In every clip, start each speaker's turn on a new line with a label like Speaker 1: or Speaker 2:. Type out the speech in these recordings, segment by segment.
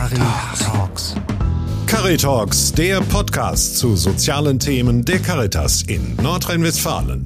Speaker 1: Caritalks. Caritalks, der Podcast zu sozialen Themen der Caritas in Nordrhein-Westfalen.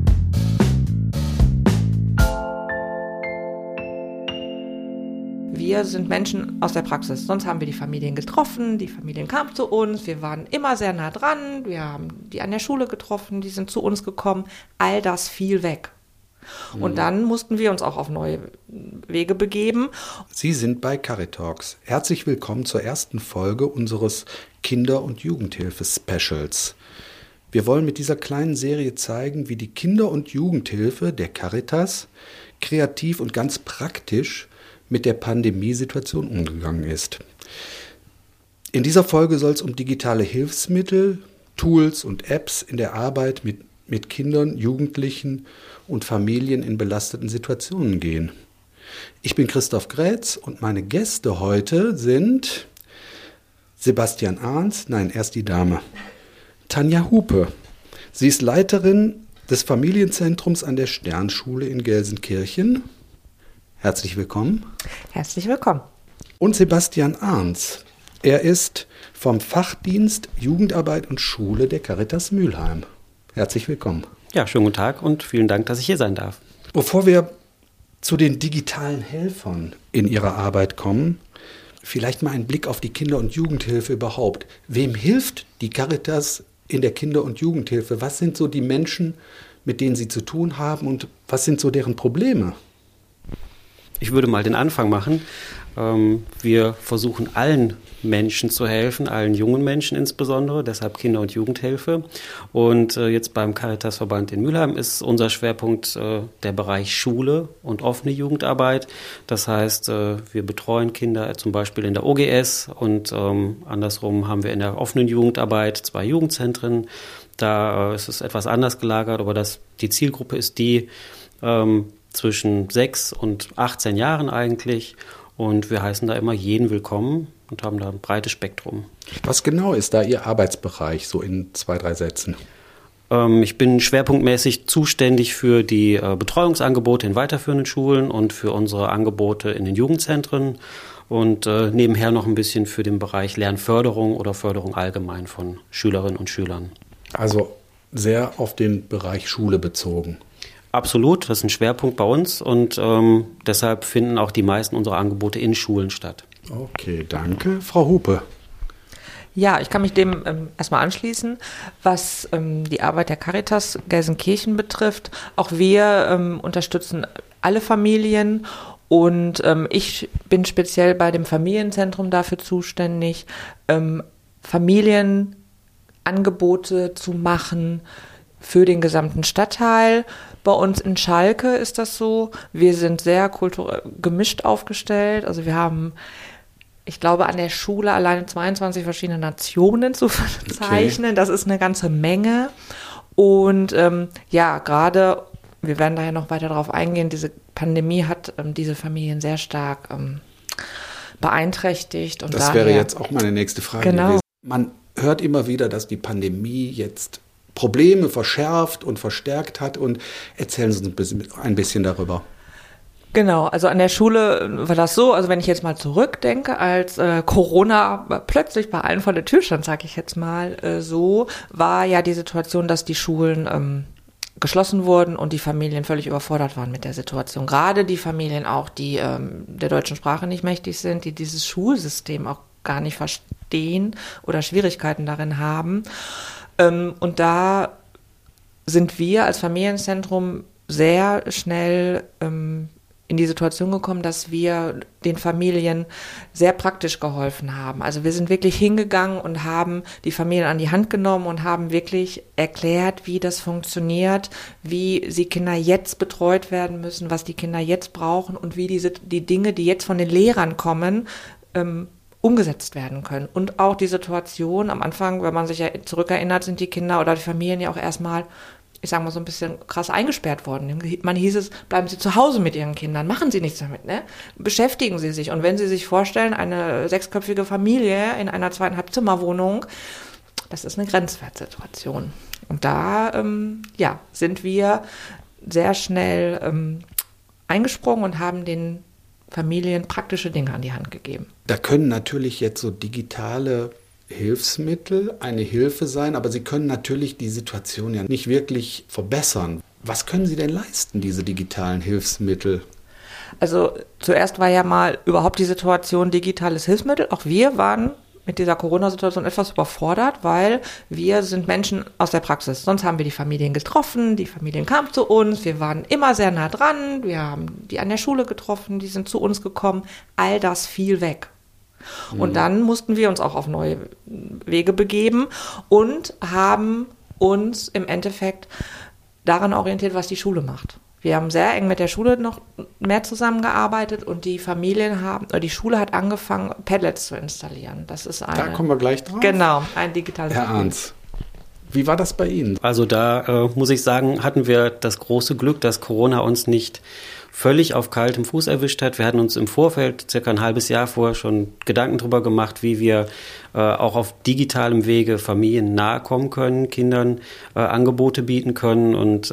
Speaker 2: Wir sind Menschen aus der Praxis. Sonst haben wir die Familien getroffen, die Familien kamen zu uns, wir waren immer sehr nah dran, wir haben die an der Schule getroffen, die sind zu uns gekommen. All das fiel weg. Und dann mussten wir uns auch auf neue Wege begeben.
Speaker 3: Sie sind bei Caritalks. Herzlich willkommen zur ersten Folge unseres Kinder- und Jugendhilfe-Specials. Wir wollen mit dieser kleinen Serie zeigen, wie die Kinder- und Jugendhilfe der Caritas kreativ und ganz praktisch mit der Pandemiesituation umgegangen ist. In dieser Folge soll es um digitale Hilfsmittel, Tools und Apps in der Arbeit mit Kindern, Jugendlichen und Familien in belasteten Situationen gehen. Ich bin Christoph Grätz und meine Gäste heute sind Sebastian Arns, nein, erst die Dame, Tanja Hupe. Sie ist Leiterin des Familienzentrums an der Sternschule in Gelsenkirchen. Herzlich willkommen.
Speaker 2: Herzlich willkommen.
Speaker 3: Und Sebastian Arns. Er ist vom Fachdienst Jugendarbeit und Schule der Caritas Mülheim. Herzlich willkommen.
Speaker 4: Ja, schönen guten Tag und vielen Dank, dass ich hier sein darf.
Speaker 3: Bevor wir zu den digitalen Helfern in Ihrer Arbeit kommen, vielleicht mal ein Blick auf die Kinder- und Jugendhilfe überhaupt. Wem hilft die Caritas in der Kinder- und Jugendhilfe? Was sind so die Menschen, mit denen Sie zu tun haben und was sind so deren Probleme?
Speaker 4: Ich würde mal den Anfang machen. Wir versuchen allen Menschen zu helfen, allen jungen Menschen insbesondere, deshalb Kinder- und Jugendhilfe. Und jetzt beim Caritasverband in Mülheim ist unser Schwerpunkt der Bereich Schule und offene Jugendarbeit. Das heißt, wir betreuen Kinder zum Beispiel in der OGS und andersrum haben wir in der offenen Jugendarbeit 2 Jugendzentren. Da ist es etwas anders gelagert, aber die Zielgruppe ist die zwischen 6 und 18 Jahren eigentlich. Und wir heißen da immer jeden willkommen und haben da ein breites Spektrum.
Speaker 3: Was genau ist da Ihr Arbeitsbereich, so in 2, 3 Sätzen?
Speaker 4: Ich bin schwerpunktmäßig zuständig für die Betreuungsangebote in weiterführenden Schulen und für unsere Angebote in den Jugendzentren und nebenher noch ein bisschen für den Bereich Lernförderung oder Förderung allgemein von Schülerinnen und Schülern.
Speaker 3: Also sehr auf den Bereich Schule bezogen.
Speaker 4: Absolut, das ist ein Schwerpunkt bei uns und deshalb finden auch die meisten unserer Angebote in Schulen statt.
Speaker 3: Okay, danke. Frau Hupe.
Speaker 2: Ja, ich kann mich dem erstmal anschließen, was die Arbeit der Caritas Gelsenkirchen betrifft. Auch wir unterstützen alle Familien und ich bin speziell bei dem Familienzentrum dafür zuständig, Familienangebote zu machen für den gesamten Stadtteil. Bei uns in Schalke ist das so. Wir sind sehr kulturell gemischt aufgestellt. Also wir haben, ich glaube, an der Schule alleine 22 verschiedene Nationen zu verzeichnen. Okay. Das ist eine ganze Menge. Und gerade, wir werden daher noch weiter darauf eingehen, diese Pandemie hat diese Familien sehr stark beeinträchtigt. Und
Speaker 3: das wäre jetzt auch meine nächste Frage gewesen. Man hört immer wieder, dass die Pandemie jetzt Probleme verschärft und verstärkt hat. Und erzählen Sie uns ein bisschen darüber.
Speaker 2: Genau, also an der Schule war das so, also wenn ich jetzt mal zurückdenke, als Corona plötzlich bei allen vor der Tür stand, sage ich jetzt mal so, war ja die Situation, dass die Schulen geschlossen wurden und die Familien völlig überfordert waren mit der Situation. Gerade die Familien auch, die der deutschen Sprache nicht mächtig sind, die dieses Schulsystem auch gar nicht verstehen oder Schwierigkeiten darin haben. Und da sind wir als Familienzentrum sehr schnell in die Situation gekommen, dass wir den Familien sehr praktisch geholfen haben. Also wir sind wirklich hingegangen und haben die Familien an die Hand genommen und haben wirklich erklärt, wie das funktioniert, wie die Kinder jetzt betreut werden müssen, was die Kinder jetzt brauchen und wie die Dinge, die jetzt von den Lehrern kommen, umgesetzt werden können. Und auch die Situation am Anfang, wenn man sich ja zurückerinnert, sind die Kinder oder die Familien ja auch erstmal, ich sage mal, so ein bisschen krass eingesperrt worden. Man hieß es, bleiben Sie zu Hause mit Ihren Kindern, machen Sie nichts damit, ne? Beschäftigen Sie sich. Und wenn Sie sich vorstellen, eine 6-köpfige Familie in einer 2,5-Zimmer-Wohnung, das ist eine Grenzwertsituation. Und da sind wir sehr schnell eingesprungen und haben den Familien praktische Dinge an die Hand gegeben.
Speaker 3: Da können natürlich jetzt so digitale Hilfsmittel eine Hilfe sein, aber sie können natürlich die Situation ja nicht wirklich verbessern. Was können Sie denn leisten, diese digitalen Hilfsmittel?
Speaker 2: Also zuerst war ja mal überhaupt die Situation digitales Hilfsmittel. Auch wir waren mit dieser Corona-Situation etwas überfordert, weil wir sind Menschen aus der Praxis. Sonst haben wir die Familien getroffen, die Familien kamen zu uns, wir waren immer sehr nah dran, wir haben die an der Schule getroffen, die sind zu uns gekommen. All das fiel weg. Und dann mussten wir uns auch auf neue Wege begeben und haben uns im Endeffekt daran orientiert, was die Schule macht. Wir haben sehr eng mit der Schule noch mehr zusammengearbeitet und die Schule hat angefangen, Padlets zu installieren. Das ist
Speaker 3: Da kommen wir gleich drauf.
Speaker 2: Genau, ein digitales
Speaker 3: Herr Arns, wie war das bei Ihnen?
Speaker 4: Also da muss ich sagen, hatten wir das große Glück, dass Corona uns nicht völlig auf kaltem Fuß erwischt hat. Wir hatten uns im Vorfeld, circa ein halbes Jahr vorher, schon Gedanken darüber gemacht, wie wir auch auf digitalem Wege Familien nahe kommen können, Kindern Angebote bieten können und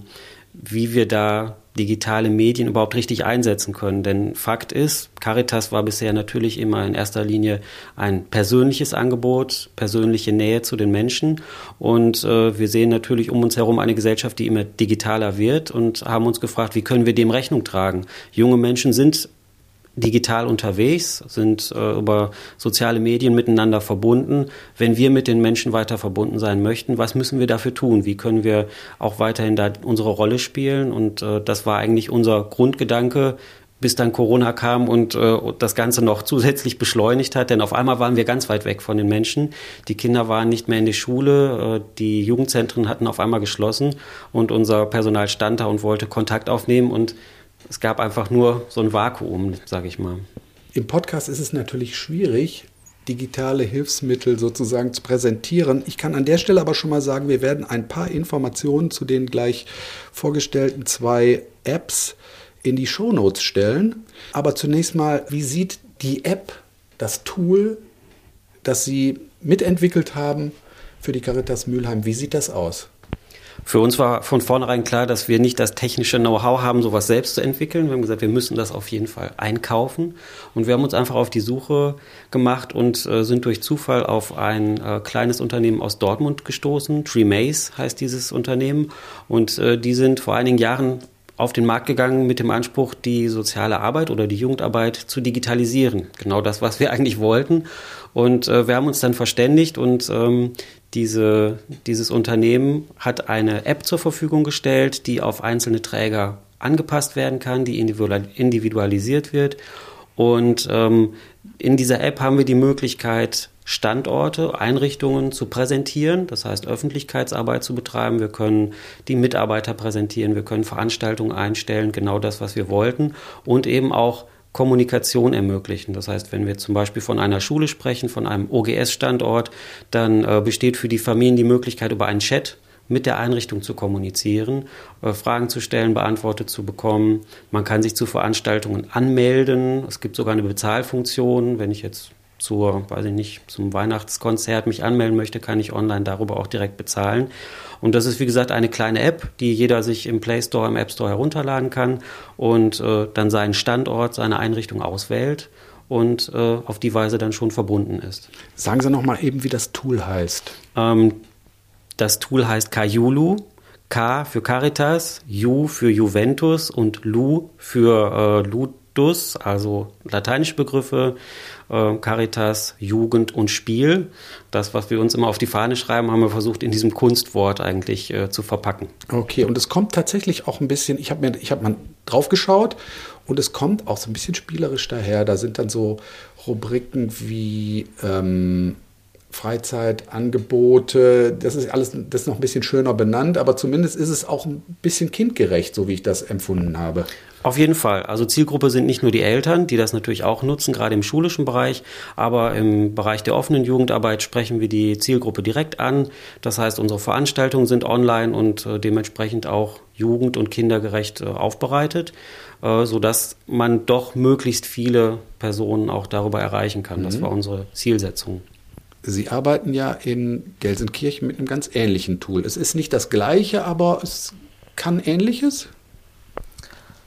Speaker 4: wie wir da digitale Medien überhaupt richtig einsetzen können. Denn Fakt ist, Caritas war bisher natürlich immer in erster Linie ein persönliches Angebot, persönliche Nähe zu den Menschen. Und wir sehen natürlich um uns herum eine Gesellschaft, die immer digitaler wird und haben uns gefragt, wie können wir dem Rechnung tragen? Junge Menschen sind digital unterwegs, sind über soziale Medien miteinander verbunden. Wenn wir mit den Menschen weiter verbunden sein möchten, was müssen wir dafür tun? Wie können wir auch weiterhin da unsere Rolle spielen? Und das war eigentlich unser Grundgedanke, bis dann Corona kam und das Ganze noch zusätzlich beschleunigt hat. Denn auf einmal waren wir ganz weit weg von den Menschen. Die Kinder waren nicht mehr in der Schule, die Jugendzentren hatten auf einmal geschlossen und unser Personal stand da und wollte Kontakt aufnehmen und es gab einfach nur so ein Vakuum, sage ich mal.
Speaker 3: Im Podcast ist es natürlich schwierig, digitale Hilfsmittel sozusagen zu präsentieren. Ich kann an der Stelle aber schon mal sagen, wir werden ein paar Informationen zu den gleich vorgestellten 2 Apps in die Shownotes stellen. Aber zunächst mal, wie sieht die App, das Tool, das Sie mitentwickelt haben für die Caritas Mülheim, wie sieht das aus?
Speaker 4: Für uns war von vornherein klar, dass wir nicht das technische Know-how haben, sowas selbst zu entwickeln. Wir haben gesagt, wir müssen das auf jeden Fall einkaufen. Und wir haben uns einfach auf die Suche gemacht und sind durch Zufall auf ein kleines Unternehmen aus Dortmund gestoßen. Tremaze heißt dieses Unternehmen. Und die sind vor einigen Jahren auf den Markt gegangen mit dem Anspruch, die soziale Arbeit oder die Jugendarbeit zu digitalisieren. Genau das, was wir eigentlich wollten. Und wir haben uns dann verständigt und dieses Unternehmen hat eine App zur Verfügung gestellt, die auf einzelne Träger angepasst werden kann, die individualisiert wird. Und in dieser App haben wir die Möglichkeit, Standorte, Einrichtungen zu präsentieren, das heißt Öffentlichkeitsarbeit zu betreiben. Wir können die Mitarbeiter präsentieren, wir können Veranstaltungen einstellen, genau das, was wir wollten und eben auch Kommunikation ermöglichen. Das heißt, wenn wir zum Beispiel von einer Schule sprechen, von einem OGS-Standort, dann besteht für die Familien die Möglichkeit, über einen Chat mit der Einrichtung zu kommunizieren, Fragen zu stellen, beantwortet zu bekommen. Man kann sich zu Veranstaltungen anmelden. Es gibt sogar eine Bezahlfunktion. Wenn ich jetzt zum Weihnachtskonzert mich anmelden möchte, kann ich online darüber auch direkt bezahlen. Und das ist, wie gesagt, eine kleine App, die jeder sich im Play Store, im App Store herunterladen kann und dann seinen Standort, seine Einrichtung auswählt und auf die Weise dann schon verbunden ist.
Speaker 3: Sagen Sie noch mal eben, wie das Tool heißt.
Speaker 4: Das Tool heißt Kayulu. K für Caritas, Ju für Juventus und Lu für Ludus, also lateinische Begriffe, Caritas, Jugend und Spiel. Das, was wir uns immer auf die Fahne schreiben, haben wir versucht, in diesem Kunstwort eigentlich zu verpacken.
Speaker 3: Okay, und es kommt tatsächlich auch ein bisschen, ich hab mal drauf geschaut und es kommt auch so ein bisschen spielerisch daher. Da sind dann so Rubriken wie Freizeitangebote, das ist noch ein bisschen schöner benannt, aber zumindest ist es auch ein bisschen kindgerecht, so wie ich das empfunden habe.
Speaker 4: Auf jeden Fall. Also Zielgruppe sind nicht nur die Eltern, die das natürlich auch nutzen, gerade im schulischen Bereich, aber im Bereich der offenen Jugendarbeit sprechen wir die Zielgruppe direkt an. Das heißt, unsere Veranstaltungen sind online und dementsprechend auch jugend- und kindergerecht aufbereitet, sodass man doch möglichst viele Personen auch darüber erreichen kann. Das war unsere Zielsetzung.
Speaker 3: Sie arbeiten ja in Gelsenkirchen mit einem ganz ähnlichen Tool. Es ist nicht das gleiche, aber es kann Ähnliches?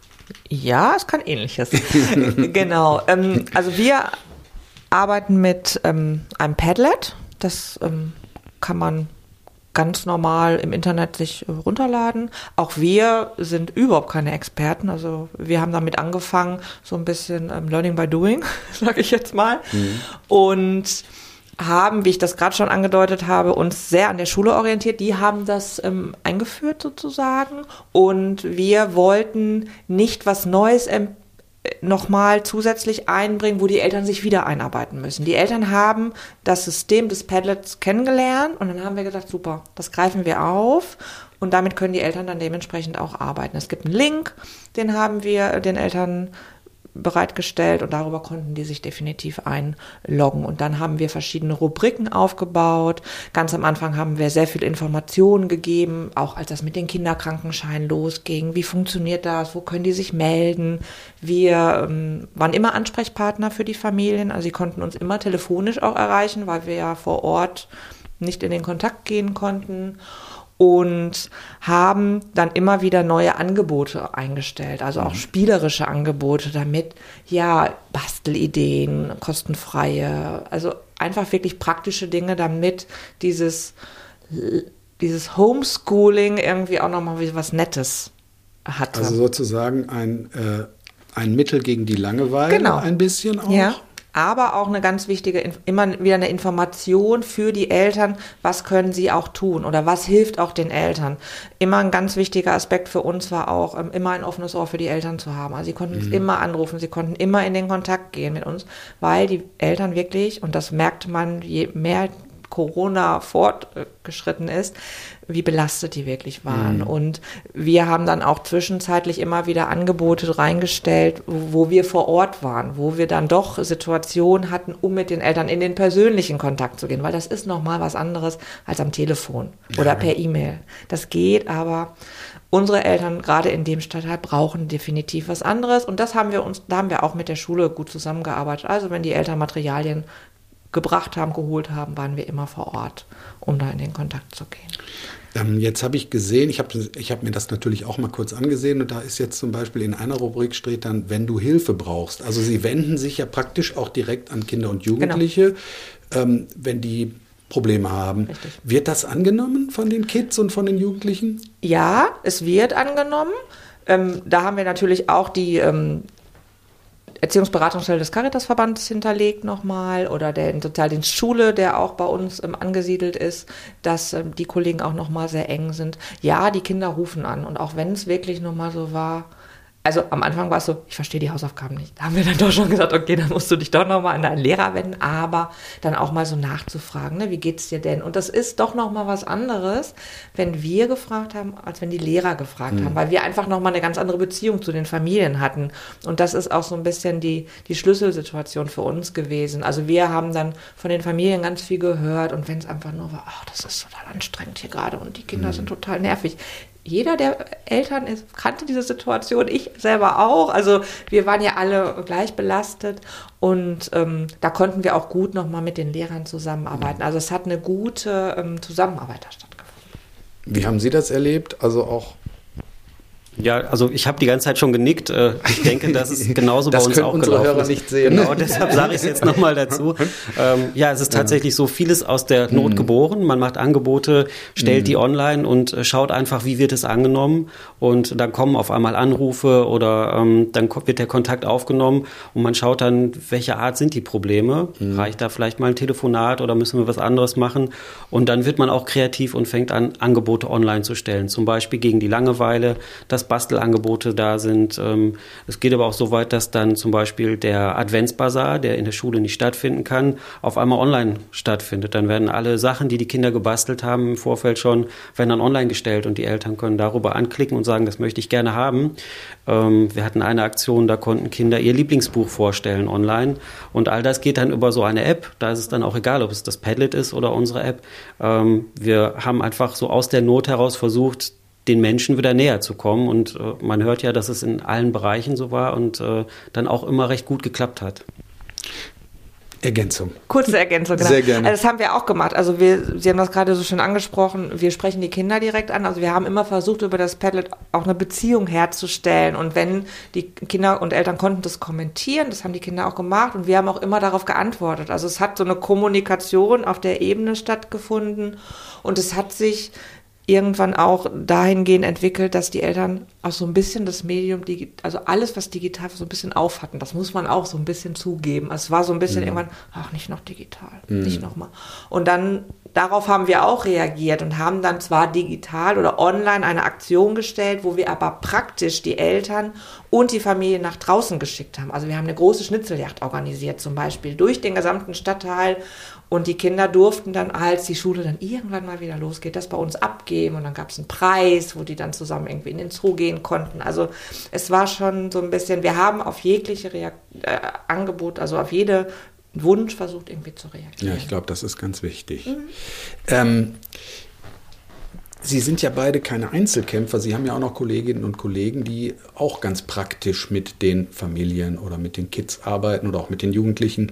Speaker 2: Ja, es kann Ähnliches. Genau. Also wir arbeiten mit einem Padlet. Das kann man ganz normal im Internet sich runterladen. Auch wir sind überhaupt keine Experten. Also wir haben damit angefangen, so ein bisschen Learning by Doing, sage ich jetzt mal. Und haben, wie ich das gerade schon angedeutet habe, uns sehr an der Schule orientiert. Die haben das eingeführt sozusagen. Und wir wollten nicht was Neues nochmal zusätzlich einbringen, wo die Eltern sich wieder einarbeiten müssen. Die Eltern haben das System des Padlets kennengelernt und dann haben wir gesagt, super, das greifen wir auf und damit können die Eltern dann dementsprechend auch arbeiten. Es gibt einen Link, den haben wir den Eltern bereitgestellt und darüber konnten die sich definitiv einloggen. Und dann haben wir verschiedene Rubriken aufgebaut. Ganz am Anfang haben wir sehr viel Informationen gegeben, auch als das mit den Kinderkrankenscheinen losging. Wie funktioniert das? Wo können die sich melden? Wir waren immer Ansprechpartner für die Familien. Also sie konnten uns immer telefonisch auch erreichen, weil wir ja vor Ort nicht in den Kontakt gehen konnten. Und haben dann immer wieder neue Angebote eingestellt, also auch spielerische Angebote, damit ja Bastelideen, kostenfreie, also einfach wirklich praktische Dinge, damit dieses Homeschooling irgendwie auch nochmal was Nettes hatte.
Speaker 3: Also sozusagen ein Mittel gegen die Langeweile,
Speaker 2: genau.
Speaker 3: Ein bisschen auch.
Speaker 2: Ja. Aber auch eine ganz wichtige, immer wieder eine Information für die Eltern, was können sie auch tun oder was hilft auch den Eltern. Immer ein ganz wichtiger Aspekt für uns war auch, immer ein offenes Ohr für die Eltern zu haben. Also sie konnten uns immer anrufen, sie konnten immer in den Kontakt gehen mit uns, weil die Eltern wirklich, und das merkte man, je mehr Corona fortgeschritten ist, wie belastet die wirklich waren. Und wir haben dann auch zwischenzeitlich immer wieder Angebote reingestellt, wo wir vor Ort waren, wo wir dann doch Situationen hatten, um mit den Eltern in den persönlichen Kontakt zu gehen, weil das ist nochmal was anderes als am Telefon oder per E-Mail. Das geht, aber unsere Eltern, gerade in dem Stadtteil, brauchen definitiv was anderes. Und da haben wir auch mit der Schule gut zusammengearbeitet. Also wenn die Eltern Materialien gebracht haben, geholt haben, waren wir immer vor Ort, um da in den Kontakt zu gehen.
Speaker 3: Jetzt habe ich gesehen, ich hab mir das natürlich auch mal kurz angesehen und da ist jetzt zum Beispiel in einer Rubrik steht dann, wenn du Hilfe brauchst. Also Sie wenden sich ja praktisch auch direkt an Kinder und Jugendliche, wenn die Probleme haben.
Speaker 2: Richtig.
Speaker 3: Wird das angenommen von den Kids und von den Jugendlichen?
Speaker 2: Ja, es wird angenommen. Da haben wir natürlich auch die Erziehungsberatungsstelle des Caritasverbandes hinterlegt nochmal oder der Sozialdienst Schule, der auch bei uns angesiedelt ist, dass die Kollegen auch nochmal sehr eng sind. Ja, die Kinder rufen an und auch wenn es wirklich nochmal so war, also am Anfang war es so, ich verstehe die Hausaufgaben nicht. Da haben wir dann doch schon gesagt, okay, dann musst du dich doch nochmal an deinen Lehrer wenden, aber dann auch mal so nachzufragen, ne, wie geht's dir denn? Und das ist doch nochmal was anderes, wenn wir gefragt haben, als wenn die Lehrer gefragt haben, weil wir einfach nochmal eine ganz andere Beziehung zu den Familien hatten. Und das ist auch so ein bisschen die Schlüsselsituation für uns gewesen. Also wir haben dann von den Familien ganz viel gehört und wenn es einfach nur war, ach, das ist total anstrengend hier gerade und die Kinder sind total nervig. Jeder der Eltern kannte diese Situation, ich selber auch. Also wir waren ja alle gleich belastet und da konnten wir auch gut nochmal mit den Lehrern zusammenarbeiten. Also es hat eine gute Zusammenarbeit da stattgefunden.
Speaker 3: Wie haben Sie das erlebt? Also auch
Speaker 4: Ja, also ich habe die ganze Zeit schon genickt. Ich denke, das ist genauso bei uns auch gelaufen.
Speaker 3: Das können unsere Hörer nicht sehen.
Speaker 4: Genau, deshalb sage ich es jetzt nochmal dazu. Ja, es ist tatsächlich so vieles aus der Not geboren. Man macht Angebote, stellt die online und schaut einfach, wie wird es angenommen. Und dann kommen auf einmal Anrufe oder dann wird der Kontakt aufgenommen und man schaut dann, welche Art sind die Probleme. Reicht da vielleicht mal ein Telefonat oder müssen wir was anderes machen? Und dann wird man auch kreativ und fängt an, Angebote online zu stellen. Zum Beispiel gegen die Langeweile, dass Bastelangebote da sind. Es geht aber auch so weit, dass dann zum Beispiel der Adventsbasar, der in der Schule nicht stattfinden kann, auf einmal online stattfindet. Dann werden alle Sachen, die die Kinder gebastelt haben im Vorfeld schon, werden dann online gestellt und die Eltern können darüber anklicken und sagen, das möchte ich gerne haben. Wir hatten eine Aktion, da konnten Kinder ihr Lieblingsbuch vorstellen online und all das geht dann über so eine App. Da ist es dann auch egal, ob es das Padlet ist oder unsere App. Wir haben einfach so aus der Not heraus versucht, den Menschen wieder näher zu kommen. Und man hört ja, dass es in allen Bereichen so war und dann auch immer recht gut geklappt hat.
Speaker 3: Ergänzung.
Speaker 2: Kurze Ergänzung, genau.
Speaker 3: Sehr gerne.
Speaker 2: Also das haben wir auch gemacht. Also Sie haben das gerade so schön angesprochen, wir sprechen die Kinder direkt an. Also wir haben immer versucht, über das Padlet auch eine Beziehung herzustellen. Und wenn die Kinder und Eltern konnten das kommentieren, das haben die Kinder auch gemacht und wir haben auch immer darauf geantwortet. Also es hat so eine Kommunikation auf der Ebene stattgefunden und es hat sich irgendwann auch dahingehend entwickelt, dass die Eltern auch so ein bisschen das Medium, also alles, was digital so ein bisschen aufhatten, das muss man auch so ein bisschen zugeben. Es war so ein bisschen irgendwann, ach, nicht noch digital, nicht nochmal. Und dann, darauf haben wir auch reagiert und haben dann zwar digital oder online eine Aktion gestellt, wo wir aber praktisch die Eltern und die Familie nach draußen geschickt haben. Also wir haben eine große Schnitzeljagd organisiert, zum Beispiel durch den gesamten Stadtteil. Und die Kinder durften dann, als die Schule dann irgendwann mal wieder losgeht, das bei uns abgeben. Und dann gab es einen Preis, wo die dann zusammen irgendwie in den Zoo gehen konnten. Also es war schon so ein bisschen, wir haben auf jegliche Angebot, also auf jede Wunsch versucht irgendwie zu reagieren.
Speaker 3: Ja, ich glaube, das ist ganz wichtig. Sie sind ja beide keine Einzelkämpfer. Sie haben ja auch noch Kolleginnen und Kollegen, die auch ganz praktisch mit den Familien oder mit den Kids arbeiten oder auch mit den Jugendlichen.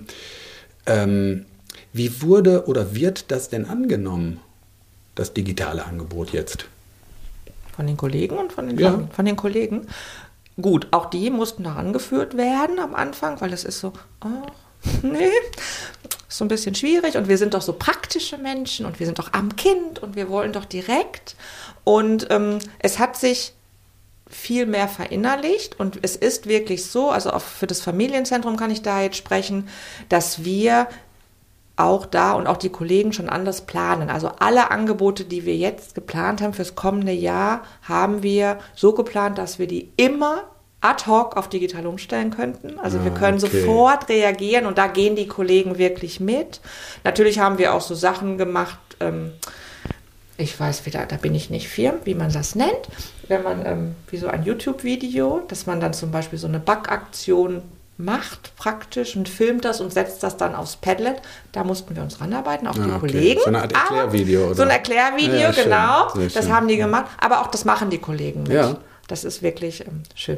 Speaker 3: Wie wurde oder wird das denn angenommen, das digitale Angebot jetzt?
Speaker 2: Von den Kollegen und von den
Speaker 3: Ja.
Speaker 2: Familien? Von den Kollegen. Gut, auch die mussten noch angeführt werden am Anfang, weil es ist so, nee, ist so ein bisschen schwierig und wir sind doch so praktische Menschen und wir sind doch am Kind und wir wollen doch direkt. Und es hat sich viel mehr verinnerlicht und es ist wirklich so, also auch für das Familienzentrum kann ich da jetzt sprechen, dass wir auch da und auch die Kollegen schon anders planen. Also alle Angebote, die wir jetzt geplant haben fürs kommende Jahr, haben wir so geplant, dass wir die immer ad hoc auf digital umstellen könnten. Also wir können sofort reagieren und da gehen die Kollegen wirklich mit. Natürlich haben wir auch so Sachen gemacht, ich weiß wieder, da bin ich nicht firm, wie man das nennt, wenn man wie so ein YouTube-Video, dass man dann zum Beispiel so eine Backaktion macht praktisch und filmt das und setzt das dann aufs Padlet. Da mussten wir uns ranarbeiten, auch die Kollegen.
Speaker 3: So eine Art Erklärvideo, oder?
Speaker 2: So ein Erklärvideo,
Speaker 3: ja,
Speaker 2: genau.
Speaker 3: schön.
Speaker 2: Das haben die gemacht. Aber auch das machen die Kollegen mit.
Speaker 3: Ja.
Speaker 2: Das ist wirklich schön.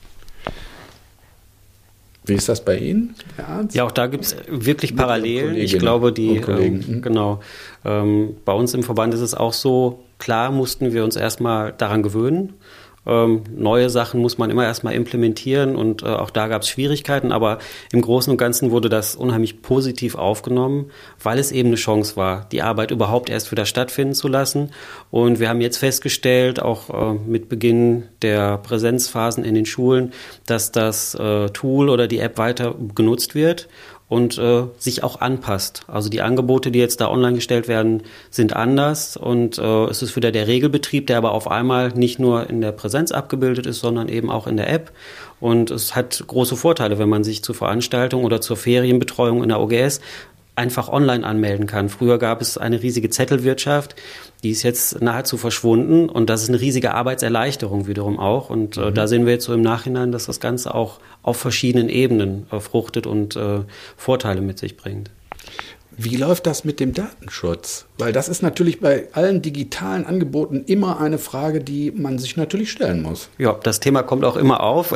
Speaker 3: Wie ist das bei Ihnen, Herr Arndt?
Speaker 4: Ja, auch da gibt es wirklich Parallelen. Ich
Speaker 3: Kolleginnen
Speaker 4: glaube,
Speaker 3: und Kollegen.
Speaker 4: Bei uns im Verband ist es auch so, klar mussten wir uns erstmal daran gewöhnen. Neue Sachen muss man immer erstmal implementieren und auch da gab es Schwierigkeiten, aber im Großen und Ganzen wurde das unheimlich positiv aufgenommen, weil es eben eine Chance war, die Arbeit überhaupt erst wieder stattfinden zu lassen. Und wir haben jetzt festgestellt, auch mit Beginn der Präsenzphasen in den Schulen, dass das Tool oder die App weiter genutzt wird und sich auch anpasst. Also die Angebote, die jetzt da online gestellt werden, sind anders und es ist wieder der Regelbetrieb, der aber auf einmal nicht nur in der Präsenz abgebildet ist, sondern eben auch in der App. Und es hat große Vorteile, wenn man sich zur Veranstaltung oder zur Ferienbetreuung in der OGS einfach online anmelden kann. Früher gab es eine riesige Zettelwirtschaft, die ist jetzt nahezu verschwunden und das ist eine riesige Arbeitserleichterung wiederum auch. Und da sehen wir jetzt so im Nachhinein, dass das Ganze auch auf verschiedenen Ebenen fruchtet und Vorteile mit sich bringt.
Speaker 3: Wie läuft das mit dem Datenschutz? Weil das ist natürlich bei allen digitalen Angeboten immer eine Frage, die man sich natürlich stellen muss.
Speaker 4: Ja, das Thema kommt auch immer auf.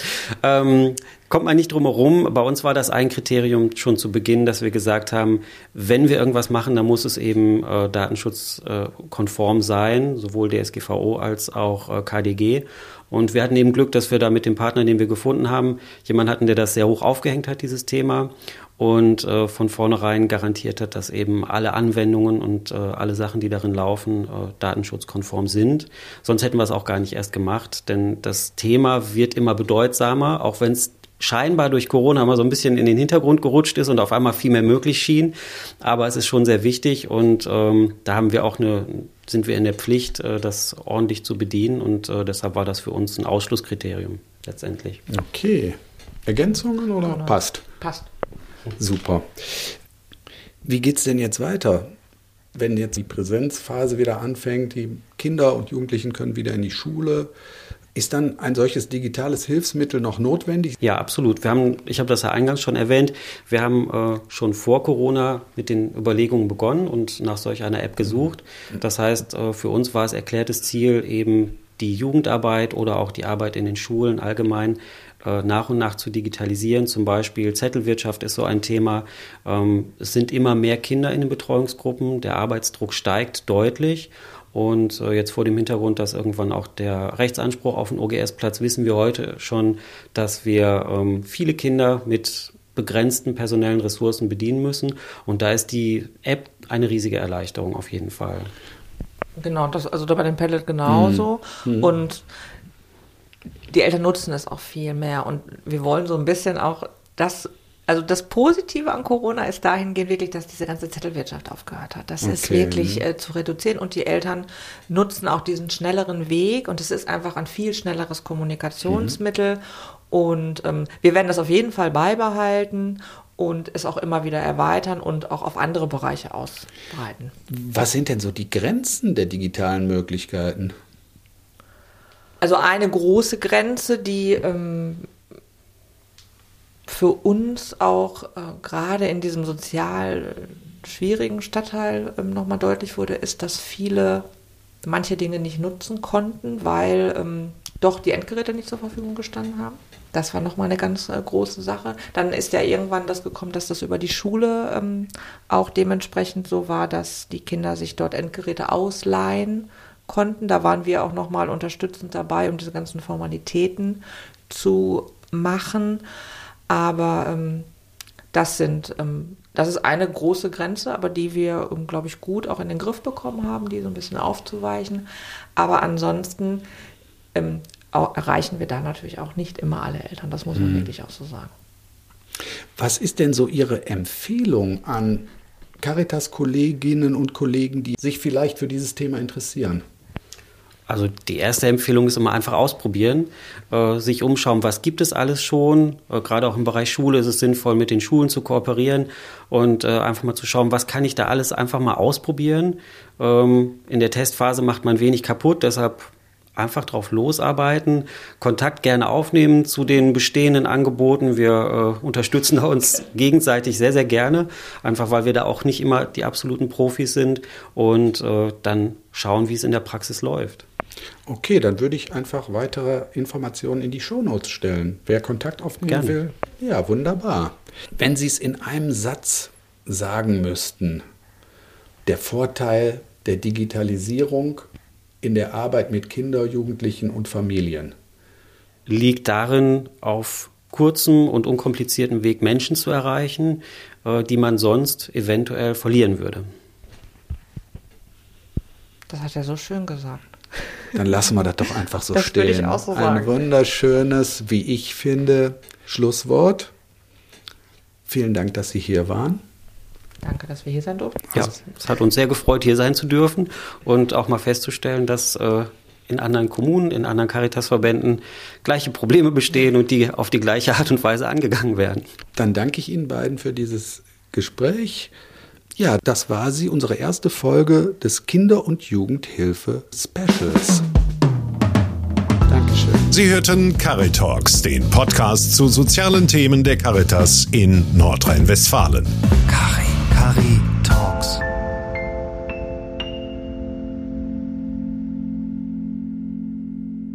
Speaker 4: Kommt man nicht drum herum. Bei uns war das ein Kriterium schon zu Beginn, dass wir gesagt haben, wenn wir irgendwas machen, dann muss es eben datenschutzkonform sein, sowohl DSGVO als auch KDG. Und wir hatten eben Glück, dass wir da mit dem Partner, den wir gefunden haben, jemanden hatten, der das sehr hoch aufgehängt hat, dieses Thema. Und von vornherein garantiert hat, dass eben alle Anwendungen und alle Sachen, die darin laufen, datenschutzkonform sind. Sonst hätten wir es auch gar nicht erst gemacht, denn das Thema wird immer bedeutsamer, auch wenn es scheinbar durch Corona mal so ein bisschen in den Hintergrund gerutscht ist und auf einmal viel mehr möglich schien. Aber es ist schon sehr wichtig und da haben wir auch sind wir in der Pflicht, das ordentlich zu bedienen und deshalb war das für uns ein Ausschlusskriterium letztendlich.
Speaker 3: Okay. Ergänzungen oder passt?
Speaker 2: Passt.
Speaker 3: Super. Wie geht's denn jetzt weiter? Wenn jetzt die Präsenzphase wieder anfängt, die Kinder und Jugendlichen können wieder in die Schule. Ist dann ein solches digitales Hilfsmittel noch notwendig?
Speaker 4: Ja, absolut. Ich habe das ja eingangs schon erwähnt, wir haben schon vor Corona mit den Überlegungen begonnen und nach solch einer App gesucht. Das heißt, für uns war es erklärtes Ziel, eben die Jugendarbeit oder auch die Arbeit in den Schulen allgemein nach und nach zu digitalisieren. Zum Beispiel Zettelwirtschaft ist so ein Thema. Es sind immer mehr Kinder in den Betreuungsgruppen, der Arbeitsdruck steigt deutlich. Und jetzt vor dem Hintergrund, dass irgendwann auch der Rechtsanspruch auf den OGS-Platz, wissen wir heute schon, dass wir viele Kinder mit begrenzten personellen Ressourcen bedienen müssen. Und da ist die App eine riesige Erleichterung auf jeden Fall.
Speaker 2: Genau, also da bei dem Padlet genauso. Und die Eltern nutzen es auch viel mehr. Und wir wollen so ein bisschen auch also das Positive an Corona ist dahingehend wirklich, dass diese ganze Zettelwirtschaft aufgehört hat. Das ist wirklich zu reduzieren und die Eltern nutzen auch diesen schnelleren Weg und es ist einfach ein viel schnelleres Kommunikationsmittel und wir werden das auf jeden Fall beibehalten und es auch immer wieder erweitern und auch auf andere Bereiche ausbreiten.
Speaker 3: Was sind denn so die Grenzen der digitalen Möglichkeiten?
Speaker 2: Also eine große Grenze, die für uns auch gerade in diesem sozial schwierigen Stadtteil nochmal deutlich wurde, ist, dass viele manche Dinge nicht nutzen konnten, weil doch die Endgeräte nicht zur Verfügung gestanden haben. Das war nochmal eine ganz große Sache. Dann ist ja irgendwann das gekommen, dass das über die Schule auch dementsprechend so war, dass die Kinder sich dort Endgeräte ausleihen konnten. Da waren wir auch nochmal unterstützend dabei, um diese ganzen Formalitäten zu machen. Aber das ist eine große Grenze, aber die wir, glaube ich, gut auch in den Griff bekommen haben, die so ein bisschen aufzuweichen. Aber ansonsten erreichen wir da natürlich auch nicht immer alle Eltern. Das muss man wirklich auch so sagen.
Speaker 3: Was ist denn so Ihre Empfehlung an Caritas-Kolleginnen und Kollegen, die sich vielleicht für dieses Thema interessieren?
Speaker 4: Also die erste Empfehlung ist immer einfach ausprobieren, sich umschauen, was gibt es alles schon. Gerade auch im Bereich Schule ist es sinnvoll, mit den Schulen zu kooperieren und einfach mal zu schauen, was kann ich da alles einfach mal ausprobieren. In der Testphase macht man wenig kaputt, deshalb einfach drauf losarbeiten, Kontakt gerne aufnehmen zu den bestehenden Angeboten. Wir unterstützen uns gegenseitig sehr, sehr gerne, einfach weil wir da auch nicht immer die absoluten Profis sind und dann schauen, wie es in der Praxis läuft.
Speaker 3: Okay, dann würde ich einfach weitere Informationen in die Shownotes stellen. Wer Kontakt aufnehmen will, ja, wunderbar. Wenn Sie es in einem Satz sagen müssten, der Vorteil der Digitalisierung in der Arbeit mit Kindern, Jugendlichen und Familien?
Speaker 4: Liegt darin, auf kurzem und unkompliziertem Weg Menschen zu erreichen, die man sonst eventuell verlieren würde.
Speaker 2: Das hat er so schön gesagt.
Speaker 3: Dann lassen wir das doch einfach so
Speaker 2: das
Speaker 3: stehen.
Speaker 2: Würde ich auch so sagen.
Speaker 3: Ein wunderschönes, wie ich finde, Schlusswort. Vielen Dank, dass Sie hier waren.
Speaker 2: Danke, dass wir hier sein durften.
Speaker 4: Ja, es hat uns sehr gefreut, hier sein zu dürfen und auch mal festzustellen, dass in anderen Kommunen, in anderen Caritas-Verbänden gleiche Probleme bestehen und die auf die gleiche Art und Weise angegangen werden.
Speaker 3: Dann danke ich Ihnen beiden für dieses Gespräch. Ja, das war sie, unsere erste Folge des Kinder- und Jugendhilfe-Specials. Dankeschön.
Speaker 1: Sie hörten Caritalks, den Podcast zu sozialen Themen der Caritas in Nordrhein-Westfalen.
Speaker 5: Cari Talks.